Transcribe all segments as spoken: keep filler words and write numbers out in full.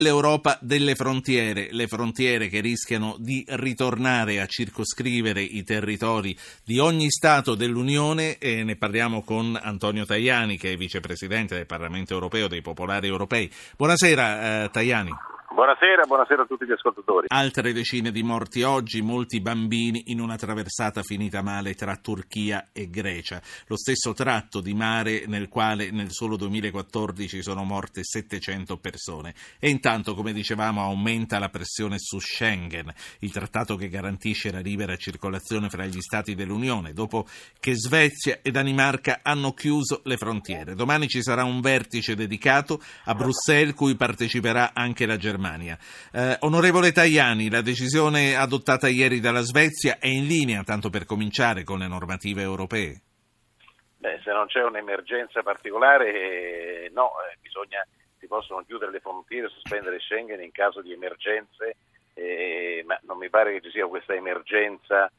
L'Europa delle frontiere, le frontiere che rischiano di ritornare a circoscrivere i territori di ogni Stato dell'Unione, e ne parliamo con Antonio Tajani, che è vicepresidente del Parlamento Europeo dei Popolari Europei. Buonasera eh, Tajani. Buonasera, buonasera a tutti gli ascoltatori. Altre decine di morti oggi, molti bambini in una traversata finita male tra Turchia e Grecia. Lo stesso tratto di mare nel quale nel solo duemilaquattordici sono morte settecento persone. E intanto, come dicevamo, aumenta la pressione su Schengen, il trattato che garantisce la libera circolazione fra gli Stati dell'Unione, dopo che Svezia e Danimarca hanno chiuso le frontiere. Domani ci sarà un vertice dedicato a Bruxelles, cui parteciperà anche la Germania. Eh, onorevole Tajani, la decisione adottata ieri dalla Svezia è in linea, tanto per cominciare, con le normative europee? Beh, se non c'è un'emergenza particolare, eh, no, eh, bisogna, si possono chiudere le frontiere, sospendere Schengen in caso di emergenze, eh, ma non mi pare che ci sia questa emergenza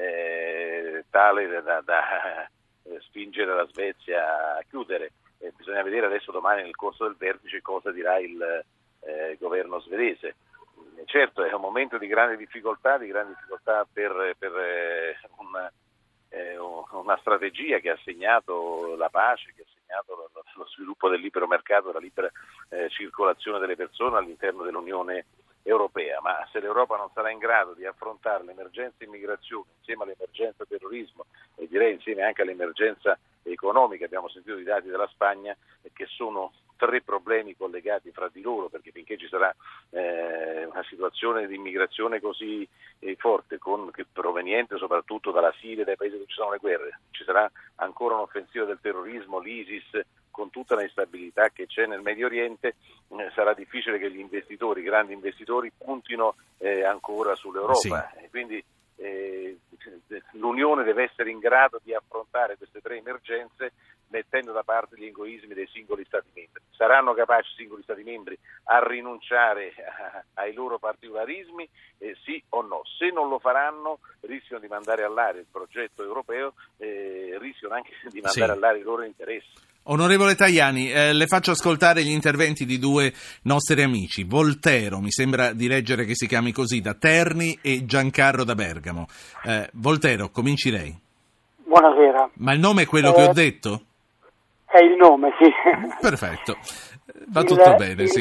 eh, tale da, da eh, spingere la Svezia a chiudere. Eh, bisogna vedere adesso domani nel corso del vertice cosa dirà il Eh, governo svedese. Eh, certo è un momento di grande difficoltà, di grande difficoltà per, per eh, una, eh, una strategia che ha segnato la pace, che ha segnato lo, lo sviluppo del libero mercato, la libera eh, circolazione delle persone all'interno dell'Unione Europea. Ma se l'Europa non sarà in grado di affrontare l'emergenza immigrazione insieme all'emergenza terrorismo e direi insieme anche all'emergenza economica, abbiamo sentito i dati della Spagna, che sono tre problemi collegati fra di loro, perché finché ci sarà eh, una situazione di immigrazione così eh, forte, con, che proveniente soprattutto dalla Siria e dai paesi dove ci sono le guerre, ci sarà ancora un'offensiva del terrorismo, l'ISIS, con tutta l'instabilità che c'è nel Medio Oriente, eh, sarà difficile che gli investitori, i grandi investitori, puntino eh, ancora sull'Europa. Sì. E quindi eh, l'Unione deve essere in grado di affrontare queste tre emergenze mettendo da parte gli egoismi dei singoli Stati membri. Saranno capaci i singoli Stati membri a rinunciare a, ai loro particolarismi? Eh, sì o no? Se non lo faranno rischiano di mandare all'aria il progetto europeo, eh, rischiano anche di mandare sì. all'aria i loro interessi. Onorevole Tajani, eh, le faccio ascoltare gli interventi di due nostri amici, Voltero, mi sembra di leggere che si chiami così, da Terni, e Giancarlo da Bergamo. Eh, Voltero, cominci lei. Buonasera. Ma il nome è quello eh, che ho detto? È il nome, sì. Perfetto, va il, tutto bene, il, sì.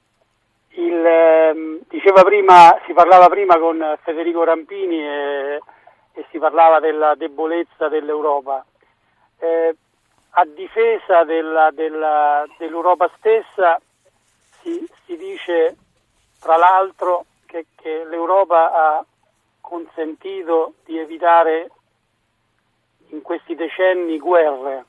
Il, eh, diceva prima, si parlava prima con Federico Rampini e, e si parlava della debolezza dell'Europa. Eh, a difesa della, della, dell'Europa stessa si, si dice, tra l'altro, che, che l'Europa ha consentito di evitare in questi decenni guerre.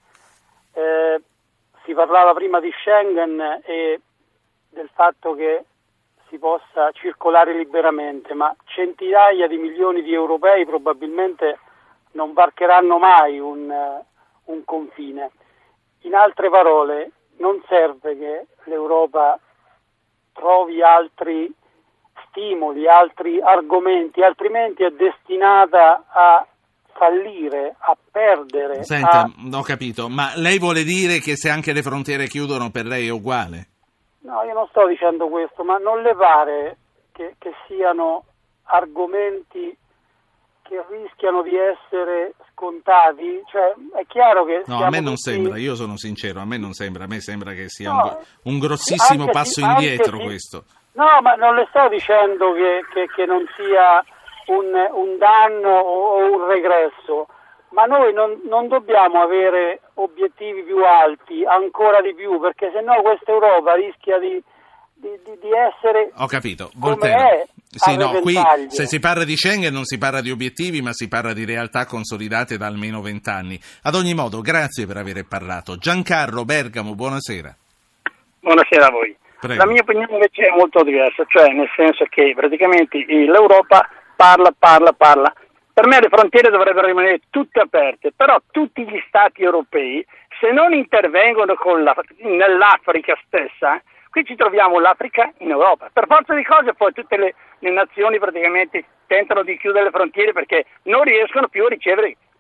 Eh, si parlava prima di Schengen e del fatto che si possa circolare liberamente, ma centinaia di milioni di europei probabilmente non varcheranno mai un, uh, un confine. In altre parole, non serve che l'Europa trovi altri stimoli, altri argomenti, altrimenti è destinata a fallire, a perdere. Senta, a... ho capito, ma lei vuole dire che se anche le frontiere chiudono per lei è uguale? No, io non sto dicendo questo, ma non le pare che, che siano argomenti che rischiano di essere scontati? Cioè, è chiaro che... No, a me non tutti... sembra, io sono sincero, a me non sembra, a me sembra che sia no, un, un grossissimo passo sì, indietro sì. questo. No, ma non le sto dicendo che, che, che non sia un, un danno o un regresso, ma noi non, non dobbiamo avere obiettivi più alti, ancora di più, perché sennò questa Europa rischia di, di, di, di essere... Ho capito, come Voltaire. è. Sì, no, qui se si parla di Schengen non si parla di obiettivi, ma si parla di realtà consolidate da almeno vent'anni. Ad ogni modo, grazie per aver parlato. Giancarlo, Bergamo, buonasera. Buonasera a voi. Prego. La mia opinione invece è molto diversa, cioè nel senso che praticamente l'Europa parla, parla, parla. Per me le frontiere dovrebbero rimanere tutte aperte, però tutti gli stati europei, se non intervengono con la, nell'Africa stessa, qui ci troviamo l'Africa in Europa. Per forza di cose poi tutte le, le nazioni praticamente tentano di chiudere le frontiere perché non riescono più a ricevere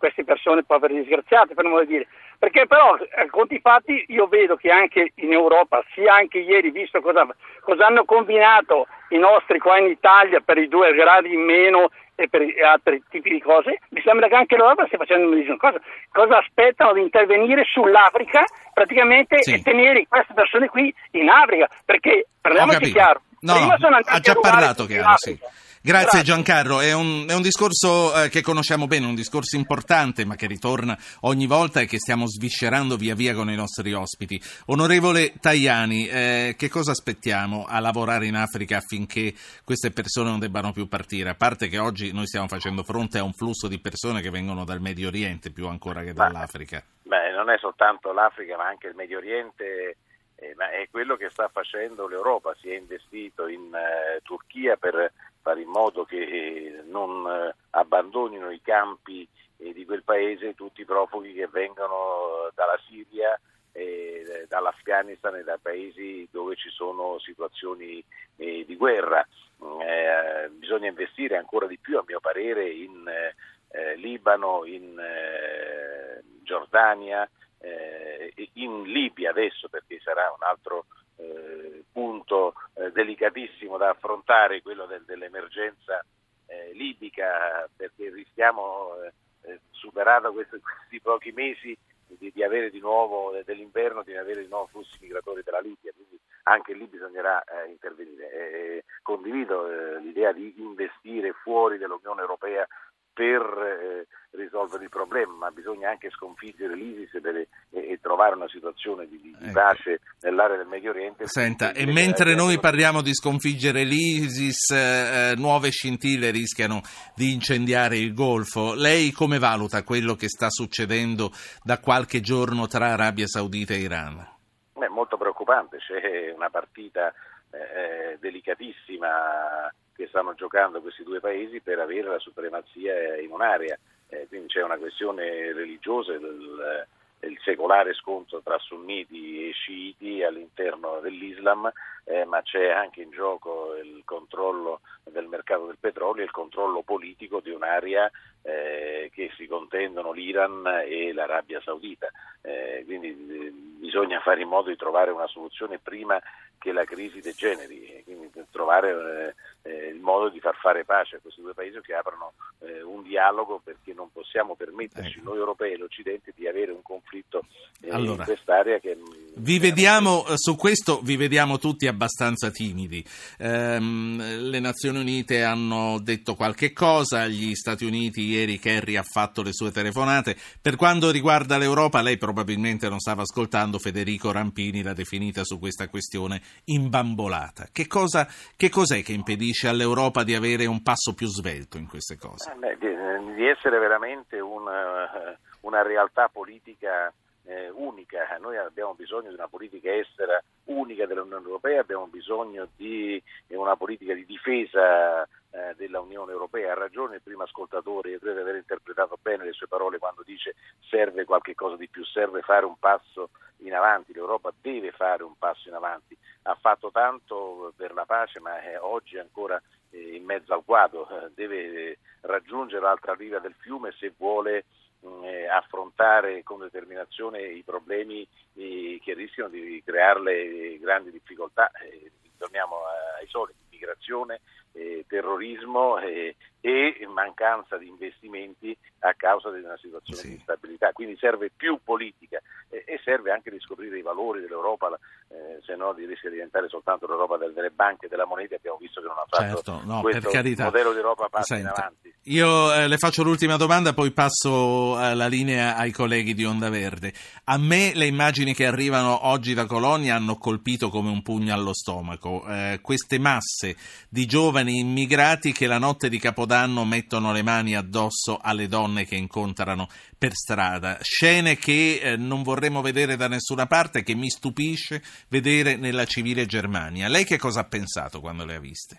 queste persone povere disgraziate, per modo di dire. Perché però, a conti fatti, io vedo che anche in Europa, sia anche ieri, visto cosa, cosa hanno combinato i nostri qua in Italia per i due gradi in meno e per altri tipi di cose, mi sembra che anche l'Europa stia facendo una cosa. Cosa aspettano di intervenire sull'Africa praticamente sì. e tenere queste persone qui in Africa? Perché, parliamoci chiaro, no, prima sono andati ha già a rubare parlato chiaro, sì. Grazie, Grazie. Giancarlo, è un, è un discorso eh, che conosciamo bene, un discorso importante ma che ritorna ogni volta e che stiamo sviscerando via via con i nostri ospiti. Onorevole Tajani, eh, che cosa aspettiamo a lavorare in Africa affinché queste persone non debbano più partire? A parte che oggi noi stiamo facendo fronte a un flusso di persone che vengono dal Medio Oriente più ancora che dall'Africa. Beh, non è soltanto l'Africa ma anche il Medio Oriente, eh, ma è quello che sta facendo l'Europa, si è investito in eh, Turchia per fare in modo che eh, non eh, abbandonino i campi eh, di quel paese tutti i profughi che vengono dalla Siria, eh, dall'Afghanistan e da paesi dove ci sono situazioni eh, di guerra. Eh, bisogna investire ancora di più, a mio parere, in eh, Libano, in eh, Giordania, eh, in Libia adesso, perché sarà un altro Eh, punto eh, delicatissimo da affrontare, quello del, dell'emergenza eh, libica, perché rischiamo, eh, superata questi, questi pochi mesi, di, di avere di nuovo eh, dell'inverno, di avere di nuovo flussi migratori dalla Libia, quindi anche lì bisognerà eh, intervenire. Eh, condivido eh, l'idea di investire fuori dall'Unione Europea per eh, risolvere il problema, ma bisogna anche sconfiggere l'ISIS e, e, e trovare una situazione di, di ecco. pace nell'area del Medio Oriente. Senta, e mentre noi parliamo di sconfiggere l'ISIS, eh, nuove scintille rischiano di incendiare il Golfo. Lei come valuta quello che sta succedendo da qualche giorno tra Arabia Saudita e Iran? È molto preoccupante, c'è una partita eh, delicatissima che stanno giocando questi due paesi per avere la supremazia in un'area, eh, quindi c'è una questione religiosa, il, il secolare scontro tra sunniti e sciiti all'interno dell'Islam, eh, ma c'è anche in gioco il controllo del mercato del petrolio e il controllo politico di un'area eh, che si contendono l'Iran e l'Arabia Saudita, eh, quindi eh, bisogna fare in modo di trovare una soluzione prima che la crisi degeneri, quindi trovare eh, eh, il modo di far fare pace a questi due paesi, che aprono eh, un dialogo, perché non possiamo permetterci ecco. noi europei e l'Occidente di avere un conflitto eh, allora, in quest'area che vi vediamo su questo vi vediamo tutti abbastanza timidi. Ehm, le Nazioni Unite hanno detto qualche cosa, gli Stati Uniti ieri Kerry ha fatto le sue telefonate. Per quanto riguarda l'Europa, lei probabilmente non stava ascoltando, Federico Rampini l'ha definita su questa questione imbambolata. Che cosa, che cos'è che impedisce all'Europa di avere un passo più svelto in queste cose? Eh beh, di, di essere veramente una, una realtà politica eh, unica. Noi abbiamo bisogno di una politica estera unica dell'Unione Europea, abbiamo bisogno di una politica di difesa eh, della Unione Europea. Ha ragione il primo ascoltatore, io credo di aver interpretato bene le sue parole quando dice serve qualche cosa di più, serve fare un passo in avanti, l'Europa deve fare un passo in avanti, ha fatto tanto per la pace, ma eh, oggi è ancora eh, in mezzo al guado, eh, deve eh, raggiungere l'altra riva del fiume se vuole eh, affrontare con determinazione i problemi eh, che rischiano di crearle eh, grandi difficoltà. Eh, torniamo ai soliti: migrazione, eh, terrorismo eh, e mancanza di investimenti a causa di una situazione sì. di instabilità. Quindi serve più politica eh, e serve anche riscoprire i valori dell'Europa, eh, se no rischia di diventare soltanto l'Europa delle banche e della moneta. Abbiamo visto che non ha fatto certo, no, questo per carità. modello di Europa passa Senta, in avanti. Io eh, le faccio l'ultima domanda, poi passo eh, la linea ai colleghi di Onda Verde. A me le immagini che arrivano oggi da Colonia hanno colpito come un pugno allo stomaco. Eh, queste masse di giovani immigrati che la notte di Capodanno mettono le mani addosso alle donne che incontrano per strada. Scene che eh, non vorremmo vedere da nessuna parte, che mi stupisce vedere nella civile Germania. Lei che cosa ha pensato quando le ha viste?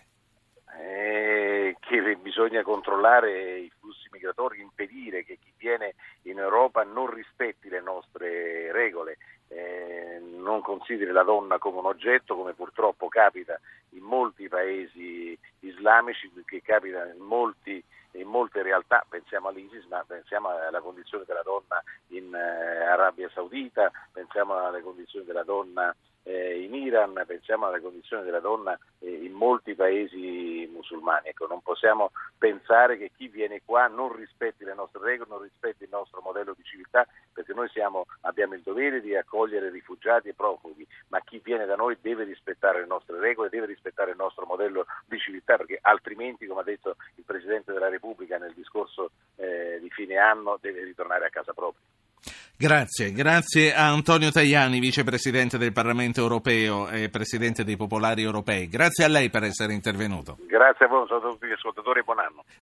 Che bisogna controllare i flussi migratori, impedire che chi viene in Europa non rispetti le nostre regole, eh, non consideri la donna come un oggetto, come purtroppo capita in molti paesi islamici, che capita in molti in molte realtà, pensiamo all'ISIS, ma pensiamo alla condizione della donna in eh, Arabia Saudita, pensiamo alle condizioni della donna eh, in Iran, pensiamo alle condizioni della donna eh, in molti paesi musulmani. Ecco, non possiamo pensare che chi viene qua non rispetti le nostre regole, non rispetti il nostro modello di civiltà, perché noi siamo, abbiamo il dovere di accogliere rifugiati e profughi, ma chi viene da noi deve rispettare le nostre regole, deve rispettare il nostro modello di civiltà, perché altrimenti, come ha detto il Presidente della Repubblica nel discorso eh, di fine anno, deve ritornare a casa propria. Grazie, grazie a Antonio Tajani, vicepresidente del Parlamento europeo e presidente dei Popolari Europei. Grazie a lei per essere intervenuto. Grazie a voi, ascoltatori, e buon anno.